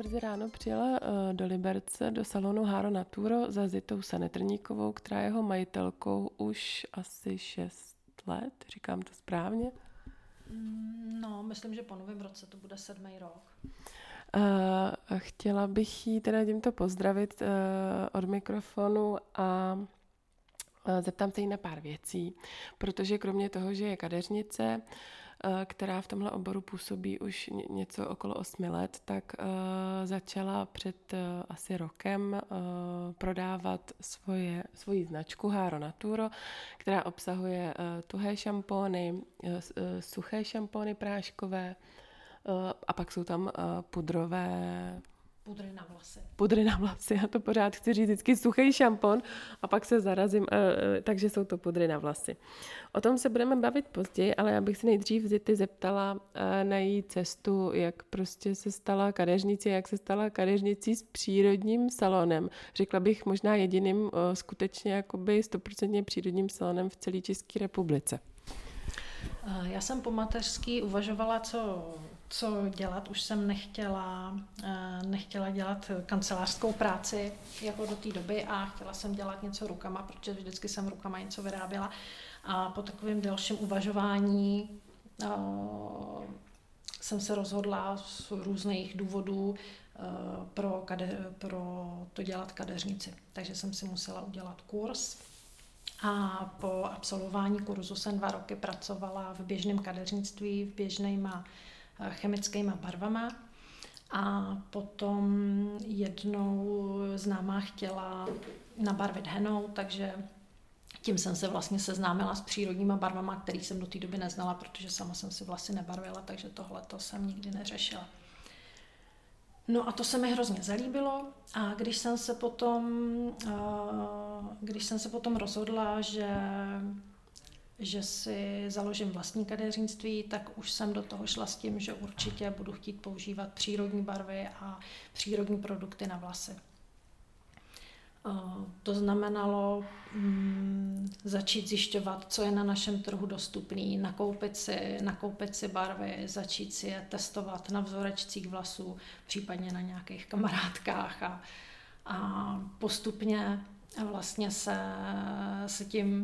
brzy ráno přijela do Liberce do salonu Haro Naturo za Zitou Sanetrníkovou, která je jeho majitelkou už asi 6 let, říkám to správně? No, myslím, že po novém roce to bude 7. rok. Chtěla bych jí teda tímto pozdravit od mikrofonu a zeptám se jí na pár věcí, protože kromě toho, že je kadeřnice, která v tomhle oboru působí už něco okolo 8 let, tak začala před asi rokem prodávat svoji značku Haro Naturo, která obsahuje tuhé šampóny, suché šampóny práškové a pak jsou tam pudrové... Pudry na vlasy, já to pořád chci říct vždycky suchý šampon a pak se zarazím, takže jsou to pudry na vlasy. O tom se budeme bavit později, ale já bych se nejdřív Zity zeptala na její cestu, jak prostě se stala kadeřnicí, jak se stala kadeřnicí s přírodním salonem. Řekla bych možná jediným skutečně jakoby 100% přírodním salonem v celé České republice. Já jsem po mateřský uvažovala, co dělat. Už jsem nechtěla dělat kancelářskou práci jako do té doby a chtěla jsem dělat něco rukama, protože vždycky jsem rukama něco vyráběla. A po takovém delším uvažování jsem se rozhodla z různých důvodů pro to dělat kadeřnici. Takže jsem si musela udělat kurz. A po absolvování kurzu jsem 2 roky pracovala v běžném kadeřnictví, v běžnýma chemickýma barvama. A potom jednou známá chtěla nabarvit henou, takže tím jsem se vlastně seznámila s přírodníma barvama, který jsem do té doby neznala, protože sama jsem si vlasy nebarvila, takže tohleto jsem nikdy neřešila. No a to se mi hrozně zalíbilo a když jsem se potom rozhodla, že si založím vlastní kadeřnictví, tak už jsem do toho šla s tím, že určitě budu chtít používat přírodní barvy a přírodní produkty na vlasy. To znamenalo začít zjišťovat, co je na našem trhu dostupný, nakoupit si barvy, začít si je testovat na vzorečcích vlasů, případně na nějakých kamarádkách a postupně vlastně se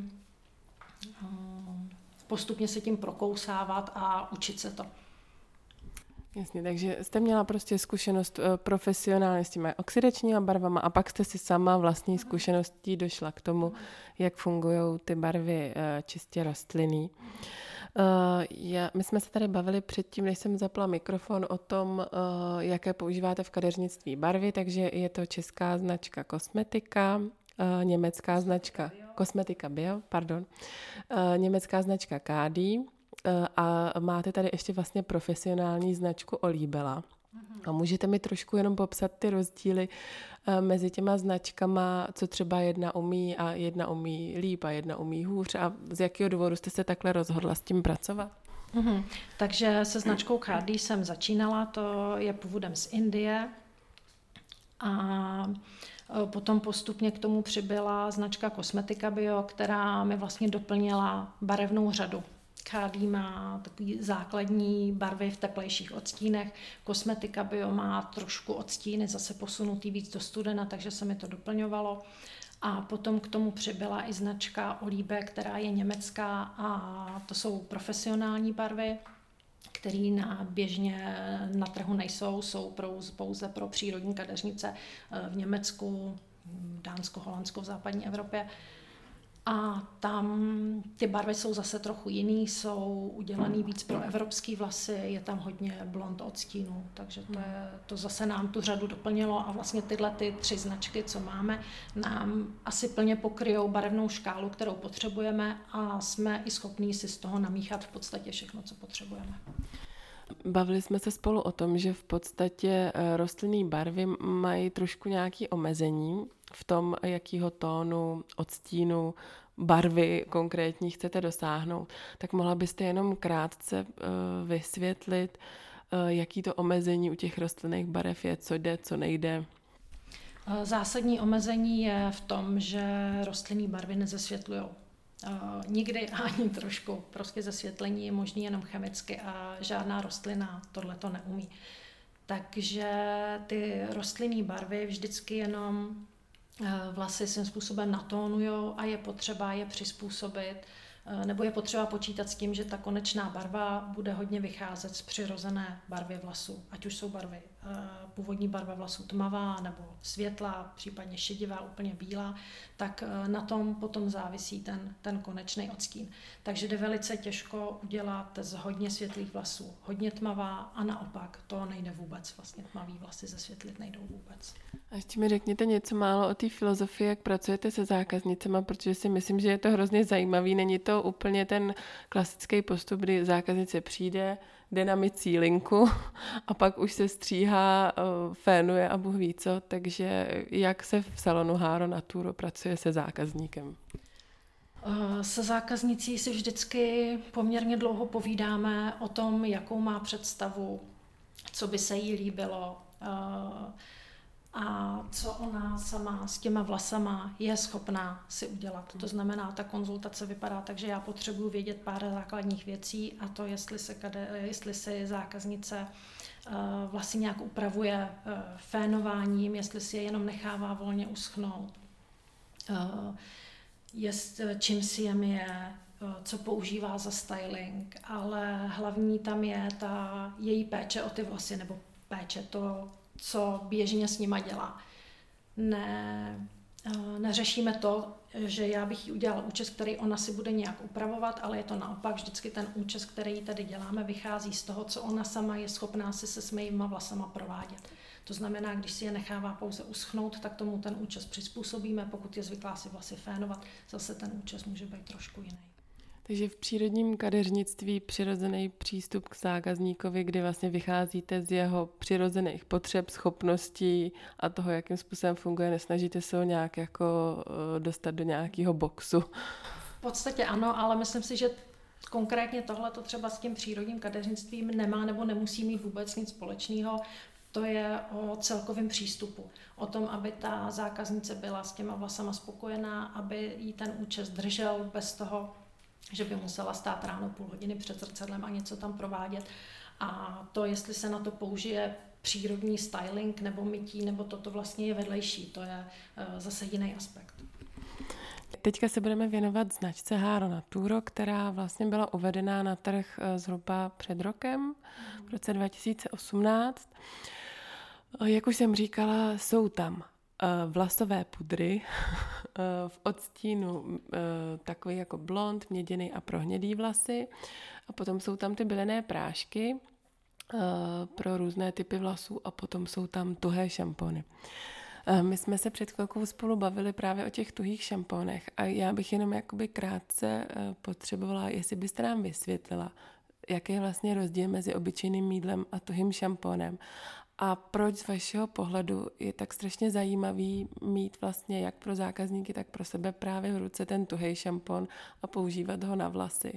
tím prokousávat a učit se to. Jasně, takže jste měla prostě zkušenost profesionálně s těmi oxidačníma barvama a pak jste si sama vlastní zkušeností došla k tomu, jak fungují ty barvy čistě rostlinný. My jsme se tady bavili předtím, než jsem zapla mikrofon, o tom, jaké používáte v kadeřnictví barvy, takže je to česká značka Kosmetika, německá značka Kosmetika Bio, německá značka KD, a máte tady ještě vlastně profesionální značku Olíbela. A můžete mi trošku jenom popsat ty rozdíly mezi těma značkama, co třeba jedna umí a jedna umí líp a jedna umí hůř a z jakého důvodu jste se takhle rozhodla s tím pracovat? Takže se značkou KD jsem začínala, to je původem z Indie a potom postupně k tomu přibyla značka Kosmetika Bio, která mi vlastně doplnila barevnou řadu. KD má takový základní barvy v teplejších odstínech, Kosmetika Bio má trošku odstíny zase posunutý víc do studena, takže se mi to doplňovalo. A potom k tomu přibyla i značka Olibe, která je německá a to jsou profesionální barvy, které běžně na trhu nejsou, jsou pouze pro přírodní kadeřnice v Německu, Dánsku, Holandsku, v západní Evropě. A tam ty barvy jsou zase trochu jiný, jsou udělaný víc pro evropský vlasy, je tam hodně blond odstínů, takže to zase nám tu řadu doplnilo a vlastně tyhle 3 značky, co máme, nám asi plně pokryjou barevnou škálu, kterou potřebujeme a jsme i schopní si z toho namíchat v podstatě všechno, co potřebujeme. Bavili jsme se spolu o tom, že v podstatě rostlinné barvy mají trošku nějaké omezení v tom, jakýho tónu, odstínu, barvy konkrétní chcete dosáhnout. Tak mohla byste jenom krátce vysvětlit, jaký to omezení u těch rostlinných barev je, co jde, co nejde? Zásadní omezení je v tom, že rostlinné barvy nezesvětlujou. Nikdy ani trošku. Prostě zesvětlení je možné jenom chemicky a žádná rostlina tohleto neumí. Takže ty rostlinné barvy vždycky jenom vlasy svým způsobem natónujou a je potřeba je přizpůsobit, nebo je potřeba počítat s tím, že ta konečná barva bude hodně vycházet z přirozené barvy vlasů. Ať už jsou barvy, původní barva vlasů tmavá nebo světlá, případně šedivá, úplně bílá, tak na tom potom závisí ten konečný odstín. Takže jde velice těžko udělat z hodně světlých vlasů hodně tmavá a naopak to nejde vůbec. Vlastně tmavý vlasy zesvětlit nejdou vůbec. A ještě mi řekněte něco málo o té filozofii, jak pracujete se zákaznicema, protože si myslím, že je to hrozně zajímavý. Není to úplně ten klasický postup, kdy zákaznice přijde, jde na mycí linku a pak už se stříhá, fénuje a Bůh ví co. Takže jak se v salonu Haro Naturo pracuje se zákazníkem? Se zákaznicí si vždycky poměrně dlouho povídáme o tom, jakou má představu, co by se jí líbilo a co ona sama s těma vlasama je schopná si udělat. To znamená, ta konzultace vypadá tak, že já potřebuji vědět pár základních věcí a to, jestli si zákaznice vlasy nějak upravuje fénováním, jestli si je jenom nechává volně uschnout, čím si je myje, co používá za styling, ale hlavní tam je ta její péče o ty vlasy, nebo péče to, co běžně s nima dělá. Neřešíme to, že já bych jí udělala účes, který ona si bude nějak upravovat, ale je to naopak, vždycky ten účes, který tady děláme, vychází z toho, co ona sama je schopná si se svýma vlasama provádět. To znamená, když si je nechává pouze uschnout, tak tomu ten účes přizpůsobíme, pokud je zvyklá si vlasy fénovat, zase ten účes může být trošku jiný. Takže v přírodním kadeřnictví přirozený přístup k zákazníkovi, kdy vlastně vycházíte z jeho přirozených potřeb, schopností a toho, jakým způsobem funguje, nesnažíte se ho nějak jako dostat do nějakého boxu. V podstatě ano, ale myslím si, že konkrétně tohle to třeba s tím přírodním kadeřnictvím nemá nebo nemusí mít vůbec nic společného. To je o celkovém přístupu. O tom, aby ta zákaznice byla s těma vlasama spokojená, aby jí ten účes držel bez toho, že by musela stát ráno půl hodiny před zrcadlem a něco tam provádět. A to, jestli se na to použije přírodní styling nebo mytí, nebo toto vlastně je vedlejší. To je zase jiný aspekt. Teďka se budeme věnovat značce Haro Naturo, která vlastně byla uvedená na trh zhruba před rokem, v roce 2018. Jak už jsem říkala, jsou tam vlasové pudry v odstínu takový jako blond, měděný a prohnědý vlasy. A potom jsou tam ty bylinné prášky pro různé typy vlasů a potom jsou tam tuhé šampony. My jsme se před chvilkou spolu bavili právě o těch tuhých šampónech a já bych jenom jakoby krátce potřebovala, jestli byste nám vysvětlila, jaký je vlastně rozdíl mezi obyčejným mýdlem a tuhým šampónem. A proč z vašeho pohledu je tak strašně zajímavý mít vlastně jak pro zákazníky, tak pro sebe právě v ruce ten tuhej šampon a používat ho na vlasy?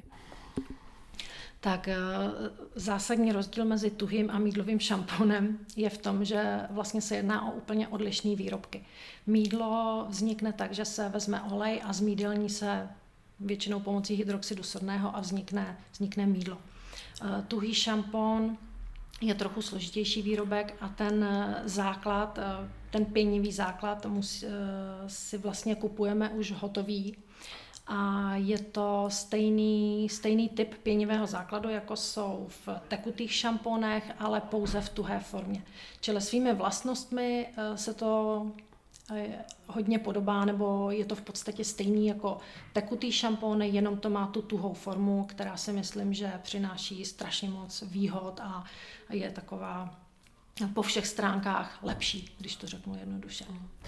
Tak zásadní rozdíl mezi tuhým a mýdlovým šamponem je v tom, že vlastně se jedná o úplně odlišné výrobky. Mýdlo vznikne tak, že se vezme olej a zmýdelní se většinou pomocí hydroxidu sodného a vznikne mýdlo. Tuhý šampon je trochu složitější výrobek a ten základ, ten pěnivý základ si vlastně kupujeme už hotový. A je to stejný typ pěnivého základu, jako jsou v tekutých šampónech, ale pouze v tuhé formě. Čili svými vlastnostmi se to hodně podobá, nebo je to v podstatě stejný jako tekutý šampón, jenom to má tu tuhou formu, která si myslím, že přináší strašně moc výhod a je taková po všech stránkách lepší, když to řeknu jednoduše.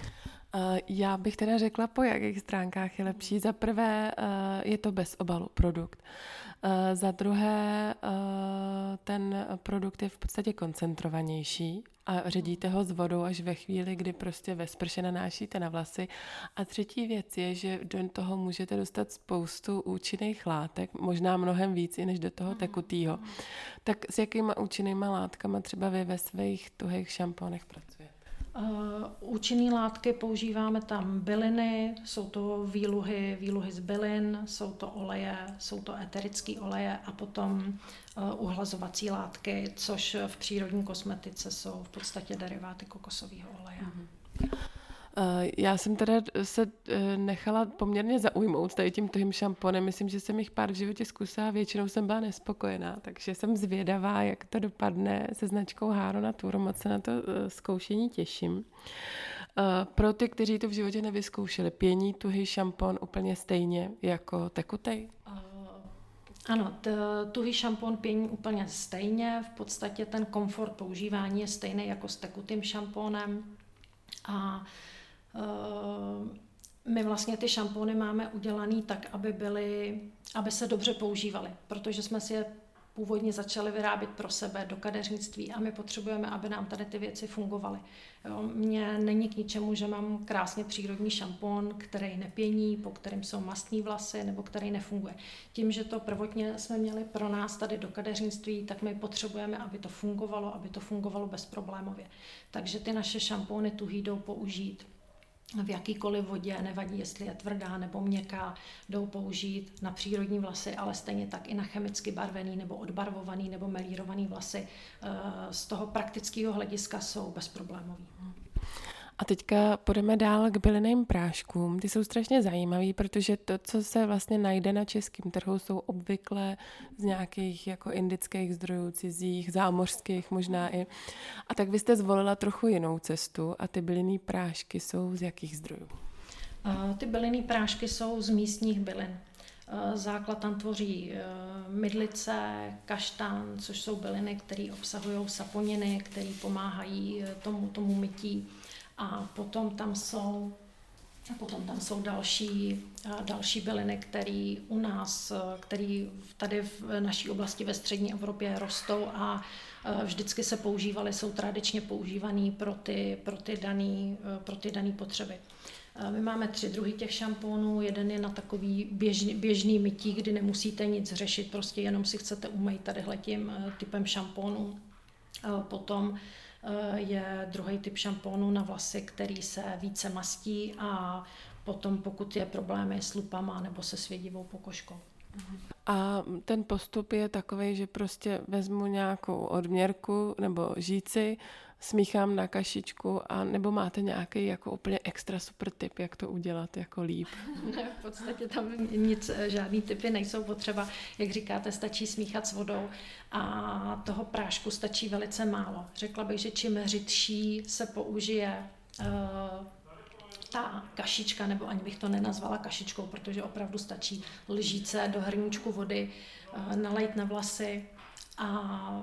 Já bych teda řekla, po jakých stránkách je lepší. Za prvé je to bez obalu produkt. Za druhé ten produkt je v podstatě koncentrovanější a ředíte ho s vodou až ve chvíli, kdy prostě ve sprše nanášíte na vlasy. A třetí věc je, že do toho můžete dostat spoustu účinných látek, možná mnohem víc i než do toho tekutýho. Tak s jakýma účinnýma látkama třeba vy ve svých tuhých šampónech pracujete? Účinné látky používáme tam byliny, jsou to výluhy z bylin, jsou to oleje, jsou to eterické oleje a potom uhlazovací látky, což v přírodní kosmetice jsou v podstatě deriváty kokosového oleje. Já jsem teda se nechala poměrně zaujmout tady tím tuhým šamponem. Myslím, že jsem jich pár v životě zkusila, většinou jsem byla nespokojená, takže jsem zvědavá, jak to dopadne se značkou Haro Natur. Moc se na to zkoušení těším. Pro ty, kteří to v životě nevyzkoušeli, pění tuhý šampon úplně stejně jako tekutej? Ano, tuhý šampon pění úplně stejně, v podstatě ten komfort používání je stejný jako s tekutým šampónem a my vlastně ty šampóny máme udělaný tak, aby se dobře používaly, protože jsme si je původně začali vyrábět pro sebe do kadeřnictví a my potřebujeme, aby nám tady ty věci fungovaly. Mně není k ničemu, že mám krásně přírodní šampon, který nepění, po kterém jsou mastní vlasy nebo který nefunguje. Tím, že to prvotně jsme měli pro nás tady do kadeřnictví, tak my potřebujeme, aby to fungovalo bezproblémově. Takže ty naše šampóny tuhý jdou použít v jakýkoliv vodě, nevadí, jestli je tvrdá nebo měkká, jdou použít na přírodní vlasy, ale stejně tak i na chemicky barvený nebo odbarvovaný nebo melírovaný vlasy. Z toho praktického hlediska jsou bezproblémový. A teďka půjdeme dál k bylinným práškům. Ty jsou strašně zajímavý, protože to, co se vlastně najde na českém trhu, jsou obvykle z nějakých jako indických zdrojů, cizích, zámořských možná i. A tak vy jste zvolila trochu jinou cestu a ty bylinné prášky jsou z jakých zdrojů? Ty bylinné prášky jsou z místních bylin. Základ tam tvoří mydlice, kaštan, což jsou byliny, které obsahují saponiny, které pomáhají tomu mytí. A potom tam jsou další byliny, které u nás, které tady v naší oblasti ve střední Evropě rostou a vždycky se používaly, jsou tradičně používané pro ty dané potřeby. My máme 3 druhy těch šampónů, jeden je na takový běžný mytí, kdy nemusíte nic řešit, prostě jenom si chcete umýt tadyhletím typem šampónu. Potom je druhý typ šampónu na vlasy, který se více mastí a potom pokud je problémy s lupama nebo se svědivou pokožkou. A ten postup je takový, že prostě vezmu nějakou odměrku nebo žíci, smíchám na kašičku a nebo máte nějaký jako úplně extra super tip, jak to udělat jako líp? Ne, v podstatě tam žádný tipy nejsou potřeba. Jak říkáte, stačí smíchat s vodou a toho prášku stačí velice málo. Řekla bych, že čím řidší se použije ta kašička, nebo ani bych to nenazvala kašičkou, protože opravdu stačí lžíce do hrníčku vody, nalejt na vlasy a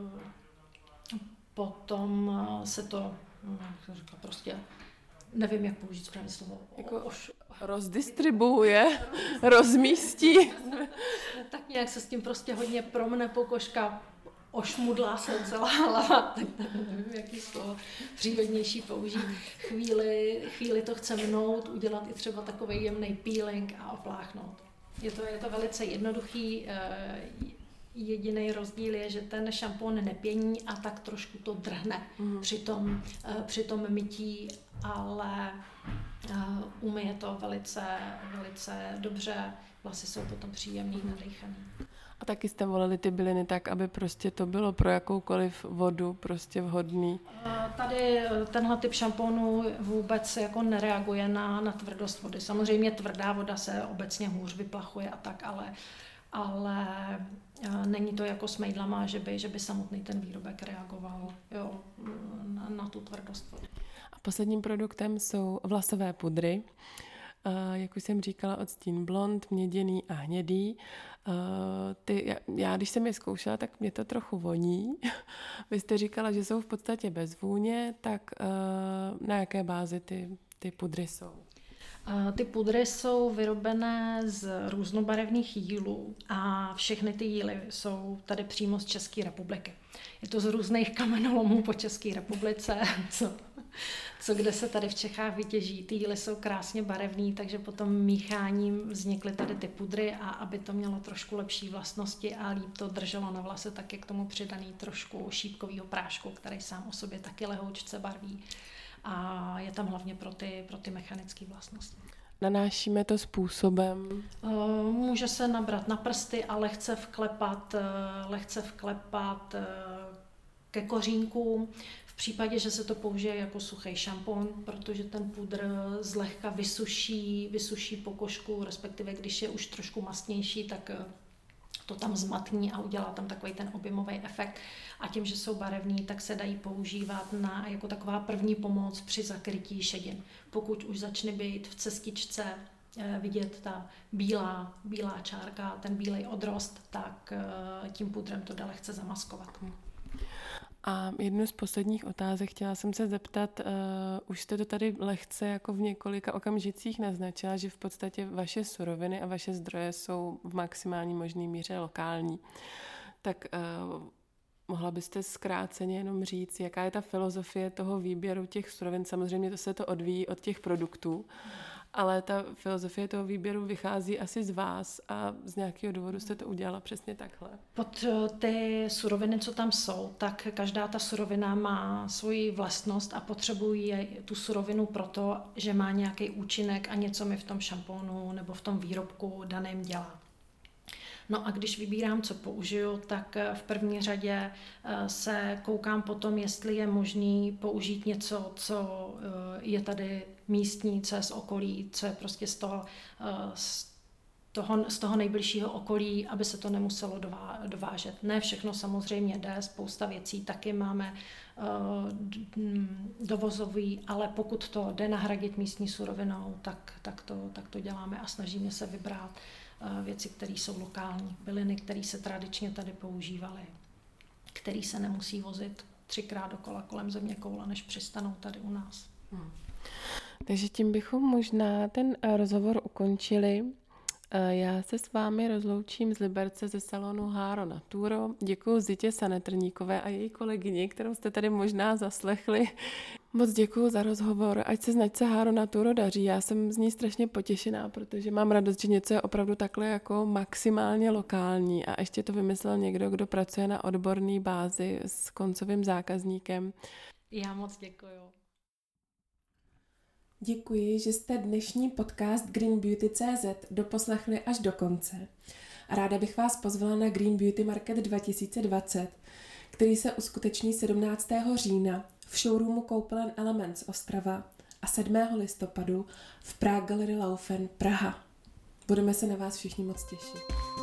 potom se to, prostě nevím, jak použít správně slovo. Jako rozdistribuuje, rozmístí. Tak nějak se s tím prostě hodně promne pokožka, ošmudlá se celá hlava, tak nevím, jaký slovo přírodnější použít. Chvíli to chce mnout, udělat i třeba takový jemný peeling a opláchnout. Je to velice jednoduchý. Jediný rozdíl je, že ten šampón nepění a tak trošku to drhne při tom mytí, ale umyje to velice, velice dobře, vlasy jsou potom příjemný, nadýchaný. A taky jste volili ty byliny tak, aby prostě to bylo pro jakoukoliv vodu prostě vhodný? Tady tenhle typ šampónu vůbec jako nereaguje na tvrdost vody. Samozřejmě tvrdá voda se obecně hůř vyplachuje a tak, ale není to jako s mejdlama, že by samotný ten výrobek reagoval na tu tvrdost vody. A posledním produktem jsou vlasové pudry. Jak už jsem říkala, odstín blond, měděný a hnědý. Já když jsem je zkoušela, tak mě to trochu voní. Vy jste říkala, že jsou v podstatě bez vůně, tak na jaké bázi ty pudry jsou? Ty pudry jsou vyrobené z různobarevných jílů a všechny ty jíly jsou tady přímo z České republiky. Je to z různých kamenolomů po České republice, co kde se tady v Čechách vytěží. Ty jíly jsou krásně barevný, takže potom mícháním vznikly tady ty pudry a aby to mělo trošku lepší vlastnosti a líp to drželo na vlase, tak je k tomu přidaný trošku šípkovýho prášku, který sám o sobě taky lehoučce barví. a je tam hlavně pro ty mechanické vlastnosti. Nanášíme to způsobem? Může se nabrat na prsty a lehce vklepat ke kořínkům. V případě, že se to použije jako suchý šampon, protože ten pudr zlehka vysuší pokožku, respektive když je už trošku mastnější, tak to tam zmatní a udělá tam takový ten objemový efekt. A tím, že jsou barevný, tak se dají používat jako taková první pomoc při zakrytí šedin. Pokud už začne být v cestičce vidět ta bílá čárka, ten bílej odrost, tak tím pudrem to jde lehce zamaskovat. A jednu z posledních otázek chtěla jsem se zeptat, už jste to tady lehce jako v několika okamžicích naznačila, že v podstatě vaše suroviny a vaše zdroje jsou v maximální možné míře lokální. Tak mohla byste zkráceně jenom říct, jaká je ta filozofie toho výběru těch surovin? Samozřejmě to se to odvíjí od těch produktů, ale ta filozofie toho výběru vychází asi z vás a z nějakého důvodu jste to udělala přesně takhle. Pod ty suroviny, co tam jsou, tak každá ta surovina má svoji vlastnost a potřebuje tu surovinu proto, že má nějaký účinek a něco mi v tom šampónu nebo v tom výrobku daném dělá. No a když vybírám, co použiju, tak v první řadě se koukám potom, jestli je možný použít něco, co je tady místní, co je z okolí, co je prostě z toho nejbližšího okolí, aby se to nemuselo dovážet. Ne všechno samozřejmě jde, spousta věcí taky máme dovozový, ale pokud to jde nahradit místní surovinou, tak to děláme a snažíme se vybrat věci, které jsou lokální, byliny, které se tradičně tady používaly, které se nemusí vozit 3krát dokola kolem zeměkoule, než přistanou tady u nás. Takže tím bychom možná ten rozhovor ukončili. Já se s vámi rozloučím z Liberce ze salonu Haro Naturo. Děkuji Zitě Sanetrníkové a její kolegyni, kterou jste tady možná zaslechli. Moc děkuji za rozhovor, ať se značce Haro Naturo daří. Já jsem z ní strašně potěšená, protože mám radost, že něco je opravdu takhle jako maximálně lokální a ještě to vymyslel někdo, kdo pracuje na odborné bázi s koncovým zákazníkem. Já moc děkuju. Děkuji, že jste dnešní podcast Green Beauty.cz doposlechli až do konce. Ráda bych vás pozvala na Green Beauty Market 2020, který se uskuteční 17. října v showroomu koupelen Elements Ostrava a 7. listopadu v Prague Gallery Laufen Praha. Budeme se na vás všichni moc těšit.